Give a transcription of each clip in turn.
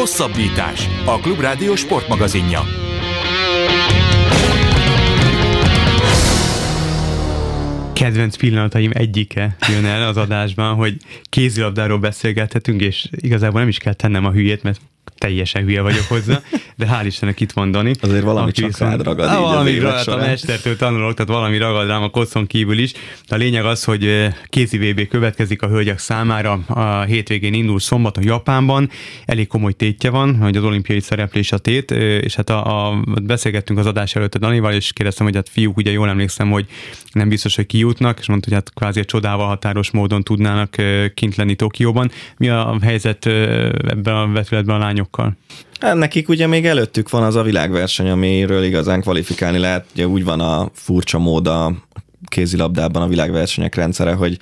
Hosszabbítás, a Klubrádió sportmagazinja. Kedvenc pillanataim egyike jön el az adásban, hogy kézilabdáról beszélgethetünk, és igazából nem is kell tennem a hülyét, mert teljesen hülye vagyok hozzá, de hál' Istennek itt van Dani. Azért valami csak rád ragad így valami ragad, a mestertől tanulok, tehát valami ragad rám a kocon kívül is. De a lényeg az, hogy kézi VB következik a hölgyek számára. A hétvégén indul szombaton Japánban. Elég komoly tétje van, hogy az olimpiai szereplés a tét, és hát beszélgettünk az adás előtt a Danival, és kérdeztem, hogy hát fiúk, ugye jól emlékszem, hogy nem biztos, hogy kijutnak, és mondta, hogy hát kvázi egy csodával határos módon tudnának kint lenni Tokióban. Mi a helyzet ebben a vetületben a lányokkal? Nekik ugye még előttük van az a világverseny, amiről igazán kvalifikálni lehet. Ugye úgy van a furcsa mód a kézilabdában a világversenyek rendszere, hogy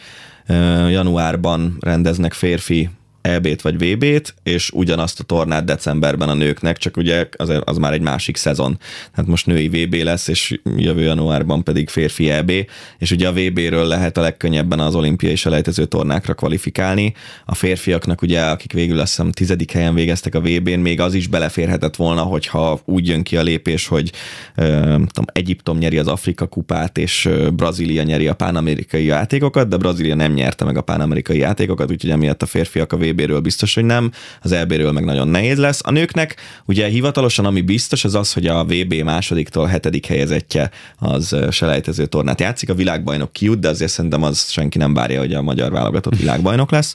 januárban rendeznek férfi EB-t vagy VB-t, és ugyanazt a tornát decemberben a nőknek, csak ugye az már egy másik szezon. Hát most női VB lesz, és jövő januárban pedig férfi EB, és ugye a VB-ről lehet a legkönnyebben az olimpiai selejtező tornákra kvalifikálni. A férfiaknak ugye, akik végül azt hiszem 10. helyen végeztek a VB-n, még az is beleférhetett volna, hogyha úgy jön ki a lépés, hogy Egyiptom nyeri az Afrika kupát, és Brazília nyeri a pánamerikai játékokat, de Brazília nem nyerte meg a pánamerikai játékokat, úgyhogy emiatt a férfiak a VB-ről biztos, hogy nem, az EB-ről meg nagyon nehéz lesz. A nőknek ugye hivatalosan ami biztos, az az, hogy a VB másodiktól 7. helyezettje az selejtező tornát játszik. A világbajnok kijut, de azért szerintem az senki nem várja, hogy a magyar válogatott világbajnok lesz.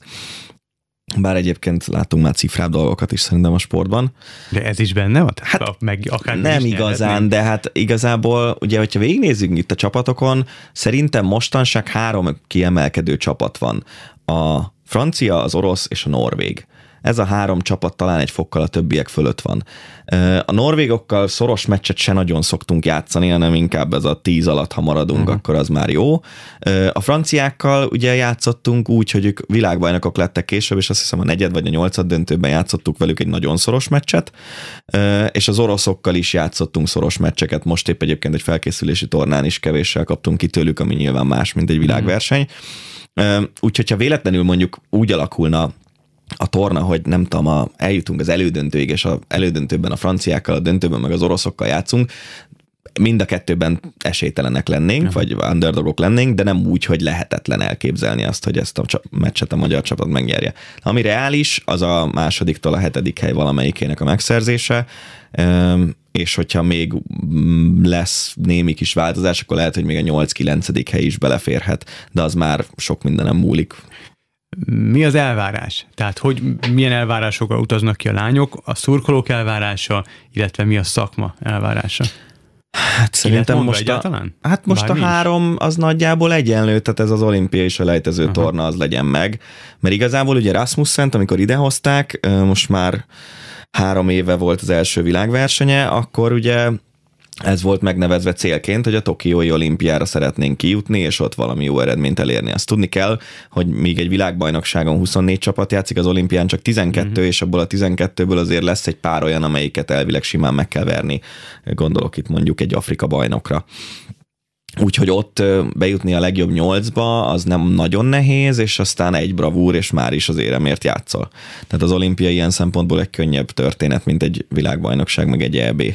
Bár egyébként látunk már cifrább dolgokat is szerintem a sportban. De ez is benne van? Hát nem igazán, de hát igazából, ugye, hogyha végignézzük itt a csapatokon, szerintem mostanság 3 kiemelkedő csapat van. A francia, az orosz és a norvég. Ez a 3 csapat talán egy fokkal a többiek fölött van. A norvégokkal szoros meccset se nagyon szoktunk játszani, hanem inkább ez a 10 alatt, ha maradunk, akkor az már jó. A franciákkal ugye játszottunk úgy, hogy ők világbajnokok lettek később, és azt hiszem a 4. vagy a 8. döntőben játszottuk velük egy nagyon szoros meccset, és az oroszokkal is játszottunk szoros meccseket. Most épp egyébként egy felkészülési tornán is kevéssel kaptunk ki tőlük, ami nyilván más, mint egy világverseny. Úgyhogy ha véletlenül mondjuk úgy alakulna a torna, hogy nem tudom, eljutunk az elődöntőig, és az elődöntőben a franciákkal, a döntőben meg az oroszokkal játszunk, mind a kettőben esélytelenek lennénk, vagy underdogok lennénk, de nem úgy, hogy lehetetlen elképzelni azt, hogy ezt a meccset a magyar csapat megnyerje. Ami reális, az a másodiktól a 7. hely valamelyikének a megszerzése, és hogyha még lesz némi kis változás, akkor lehet, hogy még a 8-9. hely is beleférhet, de az már sok mindenem múlik. Mi az elvárás? Tehát, hogy milyen elvárásokkal utaznak ki a lányok, a szurkolók elvárása, illetve mi a szakma elvárása? Hát szerintem most a 3 az nagyjából egyenlő, tehát ez az olimpiai selejtező torna az legyen meg, mert igazából ugye Rasmussent, amikor idehozták, most már 3 éve volt az első világversenye, akkor ugye ez volt megnevezve célként, hogy a tokiói olimpiára szeretnénk kijutni, és ott valami jó eredményt elérni. Azt tudni kell, hogy még egy világbajnokságon 24 csapat játszik, az olimpián csak 12, és abból a 12-ből azért lesz egy pár olyan, amelyiket elvileg simán meg kell verni. Gondolok itt mondjuk egy Afrika bajnokra. Úgyhogy ott bejutni a legjobb 8-ba, az nem nagyon nehéz, és aztán egy bravúr, és már is az éremért játszol. Tehát az olimpia ilyen szempontból egy könnyebb történet, mint egy világbajnokság, meg egy EB.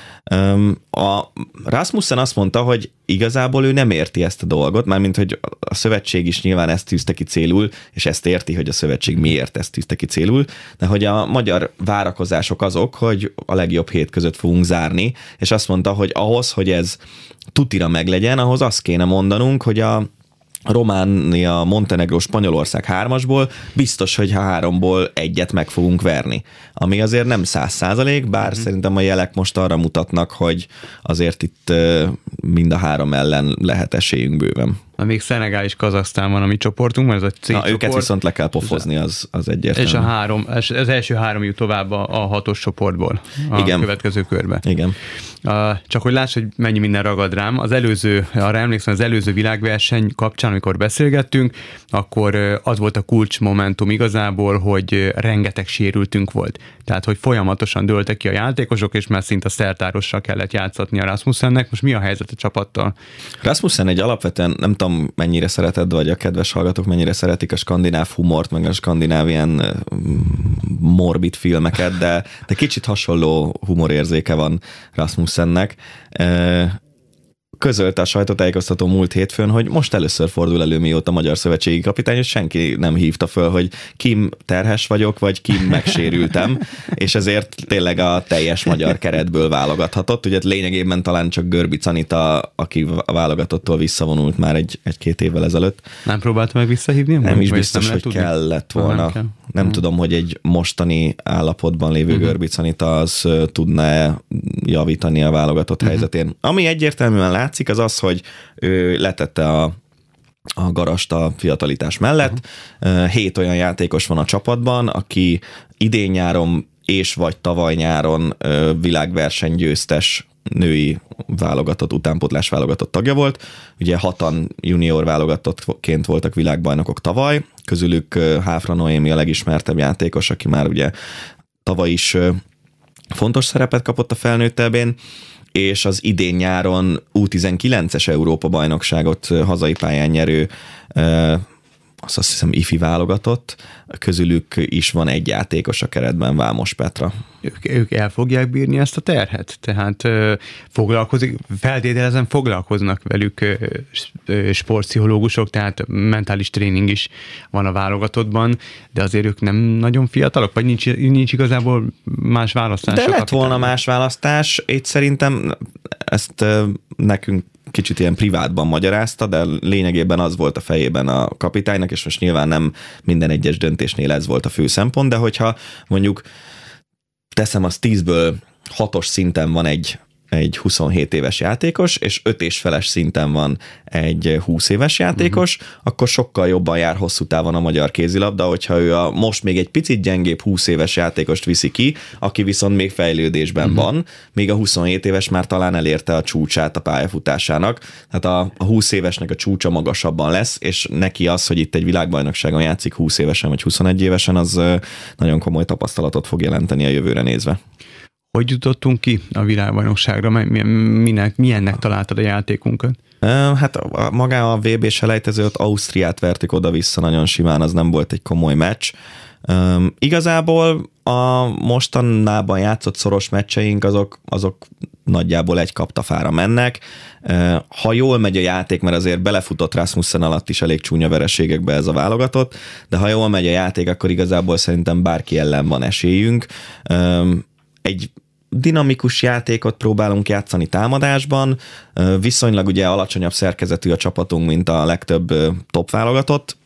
A Rasmussen azt mondta, hogy igazából ő nem érti ezt a dolgot, mármint, hogy a szövetség is nyilván ezt tűzte ki célul, és ezt érti, hogy a szövetség miért ezt tűzte ki célul, de hogy a magyar várakozások azok, hogy a legjobb 7 között fogunk zárni, és azt mondta, hogy ahhoz, hogy ez tutira meglegyen, ahhoz azt kéne mondanunk, hogy a Románia, Montenegró, Spanyolország 3-asból biztos, hogy ha 3-ból 1-et meg fogunk verni. Ami azért nem 100%, bár szerintem a jelek most arra mutatnak, hogy azért itt mind a 3 ellen lehet esélyünk bőven. Még Szenegál és Kazaksztán van a mi csoportunk, mert ez a C csoport. Őket viszont le kell pofozni, az egyértelmű. És az első 3 jut tovább a 6-os csoportból a következő körbe. Igen. Csak hogy láss, hogy mennyi minden ragad rám. Arra emlékszem, az előző világverseny kapcsán, amikor beszélgettünk, akkor az volt a kulcsmomentum igazából, hogy rengeteg sérültünk volt. Tehát, hogy folyamatosan dőltek ki a játékosok, és már szinte szertárossal kellett játszatni a Rasmussennek. Most mi a helyzet a csapattal? Rasmussen egy alapvetően, nem tudom mennyire szereted, vagy a kedves hallgatók mennyire szeretik a skandináv humort, meg a skandináv ilyen morbid filmeket, de kicsit hasonló humorérzéke van Rasmussennek. Közölte a sajtótájékoztató múlt hétfőn, hogy most először fordul elő, mióta magyar szövetségi kapitány, és senki nem hívta föl, hogy Kim terhes vagyok, vagy Kim megsérültem, és ezért tényleg a teljes magyar keretből válogathatott. Ugye lényegében talán csak Görbic Anita, aki a válogatottól visszavonult már egy-két évvel ezelőtt. Nem próbálta meg visszahívni? Nem is biztos, hogy kellett volna. Nem tudom, hogy egy mostani állapotban lévő Görbic Anita az tudna javítani a válogatott helyzetén. Ami egyértelműen látszik, az az, hogy ő letette a garast a fiatalitás mellett. 7 olyan játékos van a csapatban, aki idén-nyáron és vagy tavaly nyáron világversenygyőztes női válogatott, utánpótlás válogatott tagja volt. Ugye 6-an junior válogatottként voltak világbajnokok tavaly, közülük Háfra Noémi a legismertebb játékos, aki már ugye tavaly is fontos szerepet kapott a felnőtt EB-n, és az idén nyáron U19-es Európa-bajnokságot hazai pályán nyerő azt hiszem ifi válogatott, közülük is van egy játékos a keretben, Vámos Petra. Ők el fogják bírni ezt a terhet? Tehát foglalkoznak velük sportpszichológusok, tehát mentális tréning is van a válogatottban, de azért ők nem nagyon fiatalok, vagy nincs igazából más választás? De lett volna más választás, itt szerintem ezt nekünk kicsit ilyen privátban magyarázta, de lényegében az volt a fejében a kapitánynak, és most nyilván nem minden egyes döntésnél ez volt a fő szempont, de hogyha mondjuk teszem az 10-ből 6-os szinten van egy 27 éves játékos, és 5 és feles szinten van egy 20 éves játékos, akkor sokkal jobban jár hosszú távon a magyar kézilabda, hogyha ő most még egy picit gyengébb 20 éves játékost viszi ki, aki viszont még fejlődésben van, még a 27 éves már talán elérte a csúcsát a pályafutásának, tehát a 20 évesnek a csúcsa magasabban lesz, és neki az, hogy itt egy világbajnokságon játszik 20 évesen vagy 21 évesen, az nagyon komoly tapasztalatot fog jelenteni a jövőre nézve. Hogy jutottunk ki a világbajnokságra? Milyennek találtad a játékunkat? Hát maga a VB selejtezőt Ausztriát vertük oda-vissza nagyon simán, az nem volt egy komoly meccs. Igazából a mostanában játszott szoros meccseink azok nagyjából egy kaptafára mennek. Ha jól megy a játék, mert azért belefutott Rasmussen alatt is elég csúnya vereségekbe ez a válogatott, de ha jól megy a játék, akkor igazából szerintem bárki ellen van esélyünk. Egy dinamikus játékot próbálunk játszani támadásban, viszonylag ugye alacsonyabb szerkezetű a csapatunk, mint a legtöbb top válogatott.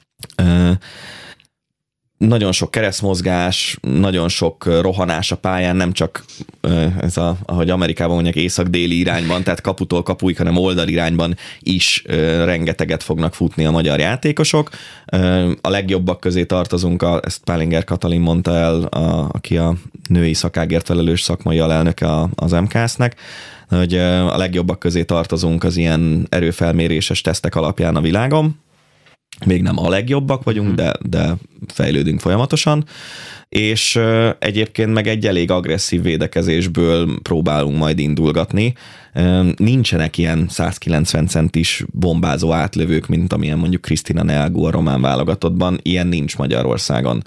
Nagyon sok keresztmozgás, nagyon sok rohanás a pályán, nem csak ez ahogy Amerikában mondják, észak-déli irányban, tehát kaputól kapuig, hanem oldalirányban is rengeteget fognak futni a magyar játékosok. A legjobbak közé tartozunk, ezt Pálinger Katalin mondta el, aki a női szakágért felelős szakmai alelnöke az MKS-nek, hogy a legjobbak közé tartozunk az ilyen erőfelméréses tesztek alapján a világon. Még nem a legjobbak vagyunk, de fejlődünk folyamatosan, és egyébként meg egy elég agresszív védekezésből próbálunk majd indulgatni. Nincsenek ilyen 190 centis bombázó átlövők, mint amilyen mondjuk Krisztina Neagu a román válogatottban, ilyen nincs Magyarországon.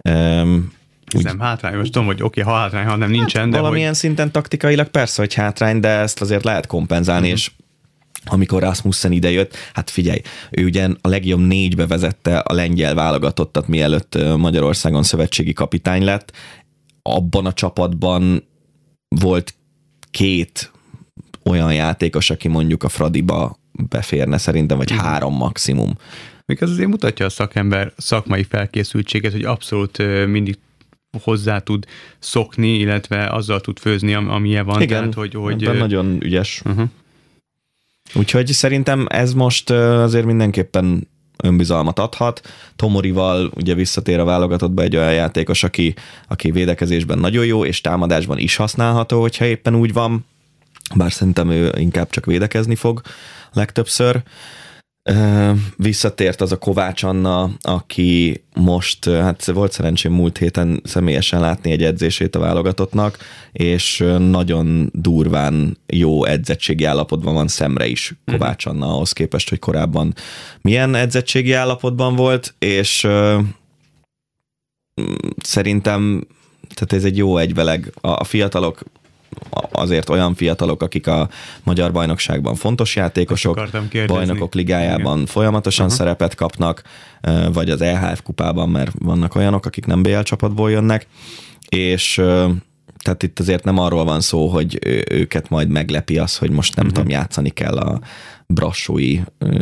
Nem hátrány, most tudom, hogy oké, ha hátrány, ha nem nincsen, de valamilyen szinten taktikailag persze, hogy hátrány, de ezt azért lehet kompenzálni, és amikor Rasmussen idejött, hát figyelj, ő ugye a legjobb 4-be vezette a lengyel válogatottat, mielőtt Magyarországon szövetségi kapitány lett. Abban a csapatban volt 2 olyan játékos, aki mondjuk a Fradiba beférne szerintem, vagy 3 maximum. Még ez azért mutatja a szakember szakmai felkészültséget, hogy abszolút mindig hozzá tud szokni, illetve azzal tud főzni, amilyen van. Igen, tehát, hogy nagyon ügyes. Úgyhogy szerintem ez most azért mindenképpen önbizalmat adhat. Tomorival ugye visszatér a válogatottba egy olyan játékos, aki védekezésben nagyon jó, és támadásban is használható, hogyha éppen úgy van, bár szerintem ő inkább csak védekezni fog legtöbbször. Visszatért az a Kovács Anna, aki most, hát volt szerencsém múlt héten személyesen látni egy edzését a válogatottnak, és nagyon durván jó edzettségi állapotban van szemre is Kovács Anna ahhoz képest, hogy korábban milyen edzettségi állapotban volt, és szerintem tehát ez egy jó egyveleg. A fiatalok azért olyan fiatalok, akik a magyar bajnokságban fontos játékosok, bajnokok ligájában folyamatosan szerepet kapnak, vagy az EHF kupában, mert vannak olyanok, akik nem BL csapatból jönnek, és tehát itt azért nem arról van szó, hogy őket majd meglepi az, hogy most nem tudom, játszani kell a brassói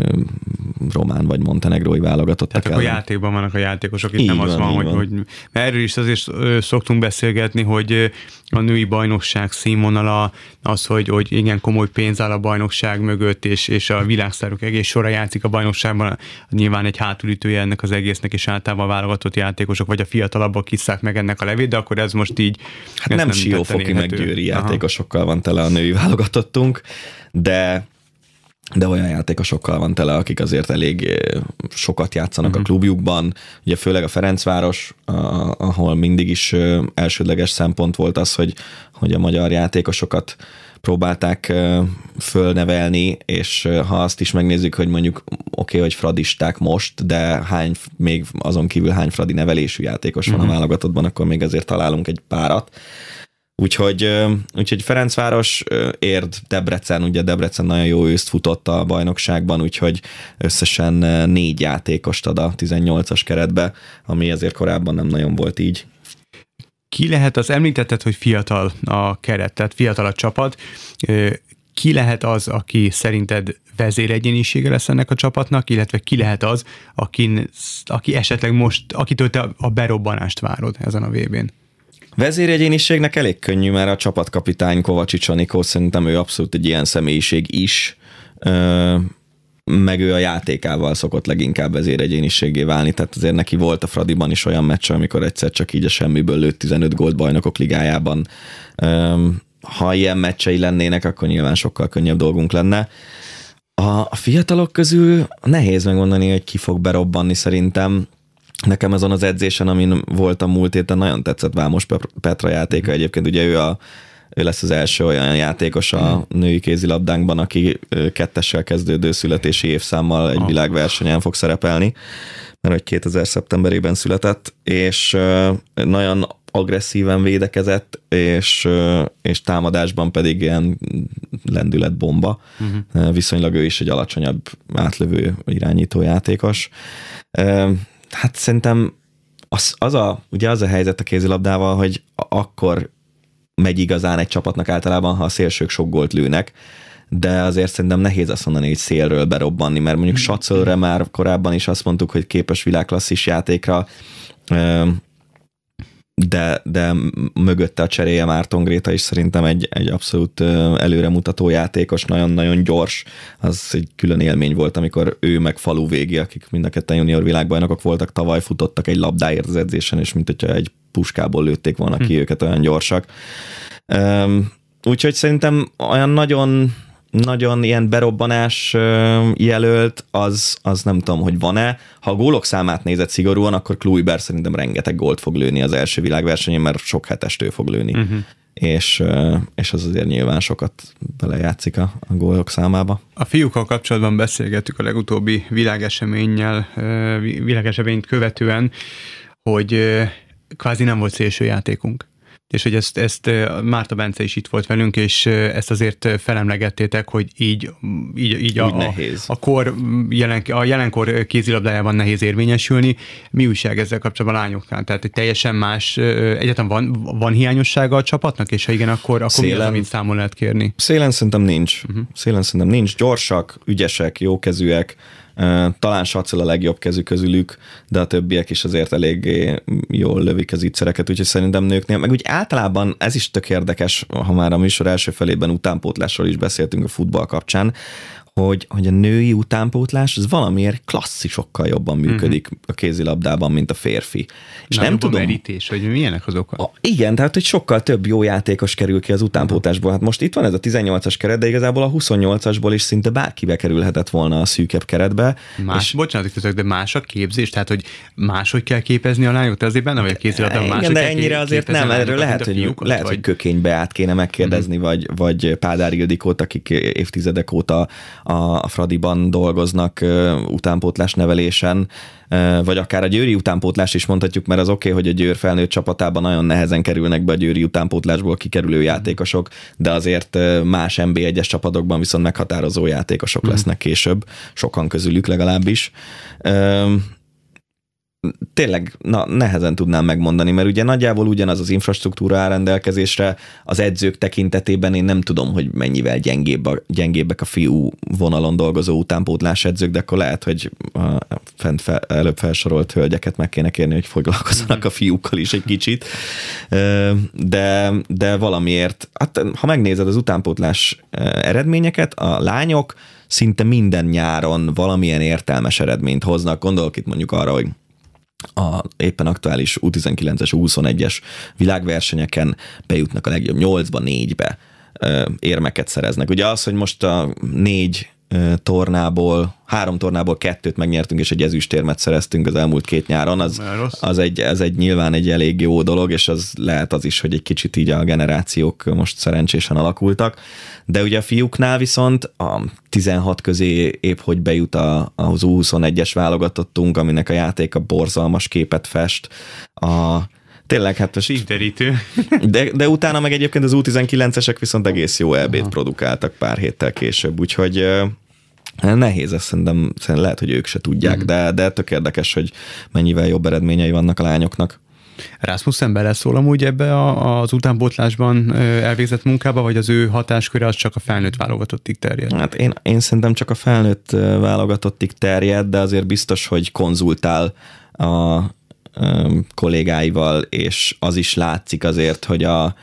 román vagy montenegrói válogatottak. Tehát akkor játékban vannak a játékosok, itt nem az van, hogy erről is azért szoktunk beszélgetni, hogy a női bajnokság színvonala az, hogy igen komoly pénz áll a bajnokság mögött, és a világsztárok egész sora játszik a bajnokságban, nyilván egy hátulütője ennek az egésznek, és általában válogatott játékosok, vagy a fiatalabbak kisszák meg ennek a levét, de akkor ez most így... Hát nem Siófoki meg győri játékosokkal van tele a női válogatottunk, de olyan játékosokkal van tele, akik azért elég sokat játszanak a klubjukban. Ugye főleg a Ferencváros, ahol mindig is elsődleges szempont volt az, hogy a magyar játékosokat próbálták fölnevelni, és ha azt is megnézzük, hogy mondjuk oké, hogy fradisták most, de még azon kívül hány fradi nevelésű játékos van a válogatottban, akkor még azért találunk egy párat. Úgyhogy Ferencváros, Érd, Debrecen, ugye Debrecen nagyon jó őszt futott a bajnokságban, úgyhogy összesen 4 játékost ad a 18-as keretbe, ami azért korábban nem nagyon volt így. Ki lehet, az említetted, hogy fiatal a keret, tehát fiatal a csapat, ki lehet az, aki szerinted vezéregyénisége lesz ennek a csapatnak, illetve ki lehet az, aki esetleg most, akitől te a berobbanást várod ezen a VB-n? Vezéregyéniségnek elég könnyű, mert a csapatkapitány Kovácsics Anikó, szerintem ő abszolút egy ilyen személyiség is, meg ő a játékával szokott leginkább vezéregyéniségé válni, tehát azért neki volt a Fradiban is olyan meccs, amikor egyszer csak így a semmiből lőtt 15 gólt bajnokok ligájában. Ha ilyen meccsei lennének, akkor nyilván sokkal könnyebb dolgunk lenne. A fiatalok közül nehéz megmondani, hogy ki fog berobbanni szerintem. Nekem azon az edzésen, amin voltam múlt héten, nagyon tetszett Vámos Petra játéka. Egyébként ugye ő lesz az első olyan játékos a női kézilabdánkban, aki 2-essel kezdődő születési évszámmal egy világversenyen fog szerepelni, mert hogy 2000 szeptemberében született, és nagyon agresszíven védekezett, és támadásban pedig ilyen lendületbomba. Viszonylag ő is egy alacsonyabb átlövő irányító játékos. Hát szerintem ugye az a helyzet a kézilabdával, hogy akkor megy igazán egy csapatnak általában, ha a szélsők sok gólt lőnek, de azért szerintem nehéz azt mondani, hogy szélről berobbanni, mert mondjuk Schatzelre már korábban is azt mondtuk, hogy képes világklasszis játékra, de mögötte a cseréje Márton Gréta is szerintem egy abszolút előremutató játékos, nagyon-nagyon gyors. Az egy külön élmény volt, amikor ő meg Falu Végi, akik mind a ketten junior világbajnokok voltak, tavaly futottak egy labdáért az edzésen, és mint hogyha egy puskából lőtték volna ki őket, olyan gyorsak. Úgyhogy szerintem olyan nagyon ilyen berobbanás jelölt, az nem tudom, hogy van-e. Ha a gólok számát nézett szigorúan, akkor Kluivert szerintem rengeteg gólt fog lőni az első világversenyen, mert sok hetest ő fog lőni. És az azért nyilván sokat belejátszik a gólok számába. A fiúkkal kapcsolatban beszélgettük a legutóbbi világeseményt követően, hogy kvázi nem volt szélső játékunk. És hogy ezt Márta Bence is itt volt velünk, és ezt azért felemlegettétek, hogy így a jelenkor kézilabdájában nehéz érvényesülni. Mi újság ezzel kapcsolatban a lányoknál? Tehát egy teljesen más, egyáltalán van hiányossága a csapatnak, és ha igen, akkor mi az, amit számon lehet kérni? Szélen szerintem nincs. Gyorsak, ügyesek, jókezűek, talán Sacel a legjobb kezű közülük, de a többiek is azért elég jól lövik az ígyszereket, úgyhogy szerintem nőknél, meg úgy általában ez is tök érdekes, ha már a műsor első felében utánpótlásról is beszéltünk a futball kapcsán, hogy a női utánpótlás az valamiért klasszisokkal jobban működik a kézilabdában, mint a férfi. És nem tudom, a merítés, hogy milyenek az oka? Igen, tehát hogy sokkal több jó játékos kerül ki az utánpótlásból. Hát most itt van ez a 18-as keret, de igazából a 28-asból is szinte bárkibe kerülhetett volna a szűkebb keretbe. Bocsánat, de más a képzés, tehát hogy máshogy kell képezni a lányokat, azért benne vagy a kézilabdában máshogy kell képezni. De ennyire azért nem, erről lehet, hogy Kökénybe át kéne megkérdezni, vagy Pádár Ildikót, akik évtizedek óta a Fradiban dolgoznak utánpótlás nevelésen, vagy akár a győri utánpótlást is mondhatjuk, mert az oké, hogy a Győr felnőtt csapatában nagyon nehezen kerülnek be a győri utánpótlásból kikerülő játékosok, de azért más NB1-es csapatokban viszont meghatározó játékosok lesznek később, sokan közülük legalábbis. Tényleg nehezen tudnám megmondani, mert ugye nagyjából ugyanaz az infrastruktúra áll rendelkezésre, az edzők tekintetében én nem tudom, hogy mennyivel gyengébbek a fiú vonalon dolgozó utánpótlás edzők, de akkor lehet, hogy előbb felsorolt hölgyeket meg kéne kérni, hogy foglalkozzanak a fiúkkal is egy kicsit, de valamiért, hát ha megnézed az utánpótlás eredményeket, a lányok szinte minden nyáron valamilyen értelmes eredményt hoznak, gondolok itt mondjuk arra, hogy a éppen aktuális U19-es, U21-es világversenyeken bejutnak a legjobb 8-ba, 4-be érmeket szereznek. Ugye az, hogy most a 3 tornából 2-t megnyertünk, és egy ezüstérmet szereztünk az elmúlt 2 nyáron, az egy nyilván egy elég jó dolog, és az lehet az is, hogy egy kicsit így a generációk most szerencsésen alakultak. De ugye a fiúknál viszont a 16 közé épp hogy bejut az U21-es válogatottunk, aminek a játéka borzalmas képet fest. Tényleg, hát most de utána meg egyébként az U19-esek viszont egész jó EB-t produkáltak pár héttel később, úgyhogy nehéz, ezt szerintem lehet, hogy ők se tudják, de tök érdekes, hogy mennyivel jobb eredményei vannak a lányoknak. Rasmussen beleszól amúgy ebbe az utánpótlásban elvégzett munkába, vagy az ő hatásköre az csak a felnőtt válogatottig terjed? Hát én szerintem csak a felnőtt válogatottig terjed, de azért biztos, hogy konzultál a kollégáival, és az is látszik azért, hogy a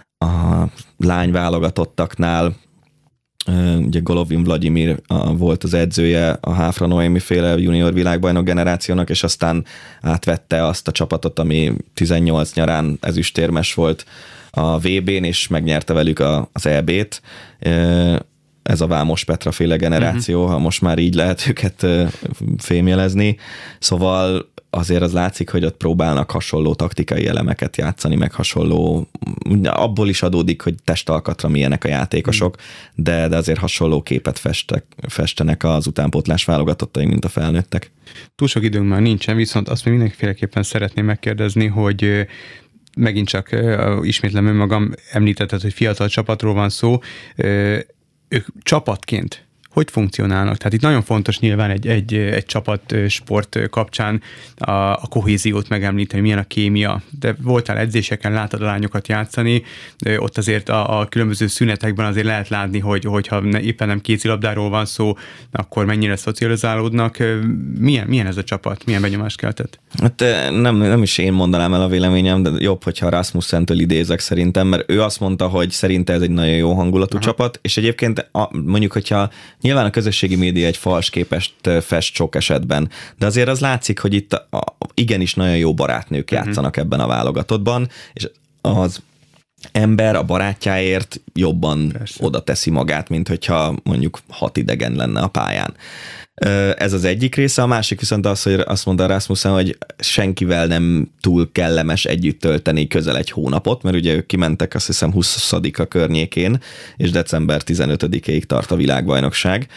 lányválogatottaknál ugye Golovin Vladimir volt az edzője a Háfra Noémi féle junior világbajnok generációnak, és aztán átvette azt a csapatot, ami 18 nyarán ezüstérmes volt a VB-n, és megnyerte velük az EB-t. Ez a Vámos Petra féle generáció, ha most már így lehet őket fémjelezni. Szóval azért az látszik, hogy ott próbálnak hasonló taktikai elemeket játszani, meg hasonló, abból is adódik, hogy testalkatra milyenek a játékosok, de azért hasonló képet festenek az utánpótlás válogatottai, mint a felnőttek. Túl sok időnk már nincsen, viszont azt még mindenféleképpen szeretném megkérdezni, hogy megint csak ismétlem önmagam, említetted, hogy fiatal csapatról van szó, ők csapatként hogy funkcionálnak? Tehát itt nagyon fontos nyilván egy csapatsport kapcsán a kohéziót megemlíteni, milyen a kémia. De voltál edzéseken, láttad a lányokat játszani, ott azért a különböző szünetekben azért lehet látni, hogyha éppen nem kézilabdáról van szó, akkor mennyire szocializálódnak. Milyen ez a csapat? Milyen benyomást keltett? Hát nem is én mondanám el a véleményem, de jobb, hogyha Rasmussentől idézek szerintem, mert ő azt mondta, hogy szerinte ez egy nagyon jó hangulatú csapat, és egyébként mondjuk, hogyha nyilván a közösségi média egy fals képest fest sok esetben, de azért az látszik, hogy itt igenis nagyon jó barátnők játszanak ebben a válogatottban, és az ember a barátjáért jobban oda teszi magát, mint hogyha mondjuk 6 idegen lenne a pályán. Ez az egyik része, a másik viszont az, hogy azt mondta Rasmussen, hogy senkivel nem túl kellemes együtt tölteni közel egy hónapot, mert ugye ők kimentek azt hiszem 20-a környékén, és december 15-ig tart a világbajnokság,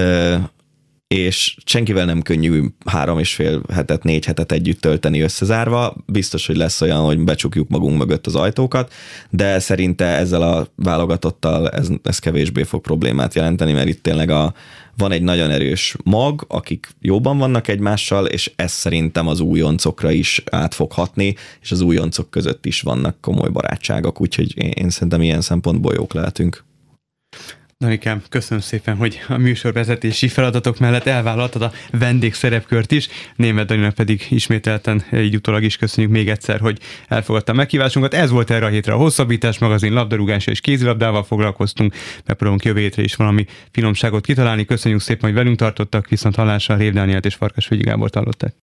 és senkivel nem könnyű 3,5 hetet, 4 hetet együtt tölteni összezárva. Biztos, hogy lesz olyan, hogy becsukjuk magunk mögött az ajtókat, de szerinte ezzel a válogatottal ez kevésbé fog problémát jelenteni, mert itt tényleg van egy nagyon erős mag, akik jóban vannak egymással, és ez szerintem az újoncokra is át fog hatni, és az újoncok között is vannak komoly barátságok, úgyhogy én szerintem ilyen szempontból jók lehetünk. Danikám, köszönöm szépen, hogy a műsorvezetési feladatok mellett elvállaltad a vendégszerepkört is. Németh Daninak pedig ismételten így utólag is köszönjük még egyszer, hogy elfogadta a meghívásunkat. Ez volt erre a hétre a Hosszabbítás magazin, labdarúgás és kézilabdával foglalkoztunk. Megpróbálunk jövő hétre is valami finomságot kitalálni. Köszönjük szépen, hogy velünk tartottak, viszont hallásra Rév Dánielt és Farkasvölgyi Gábort hallották.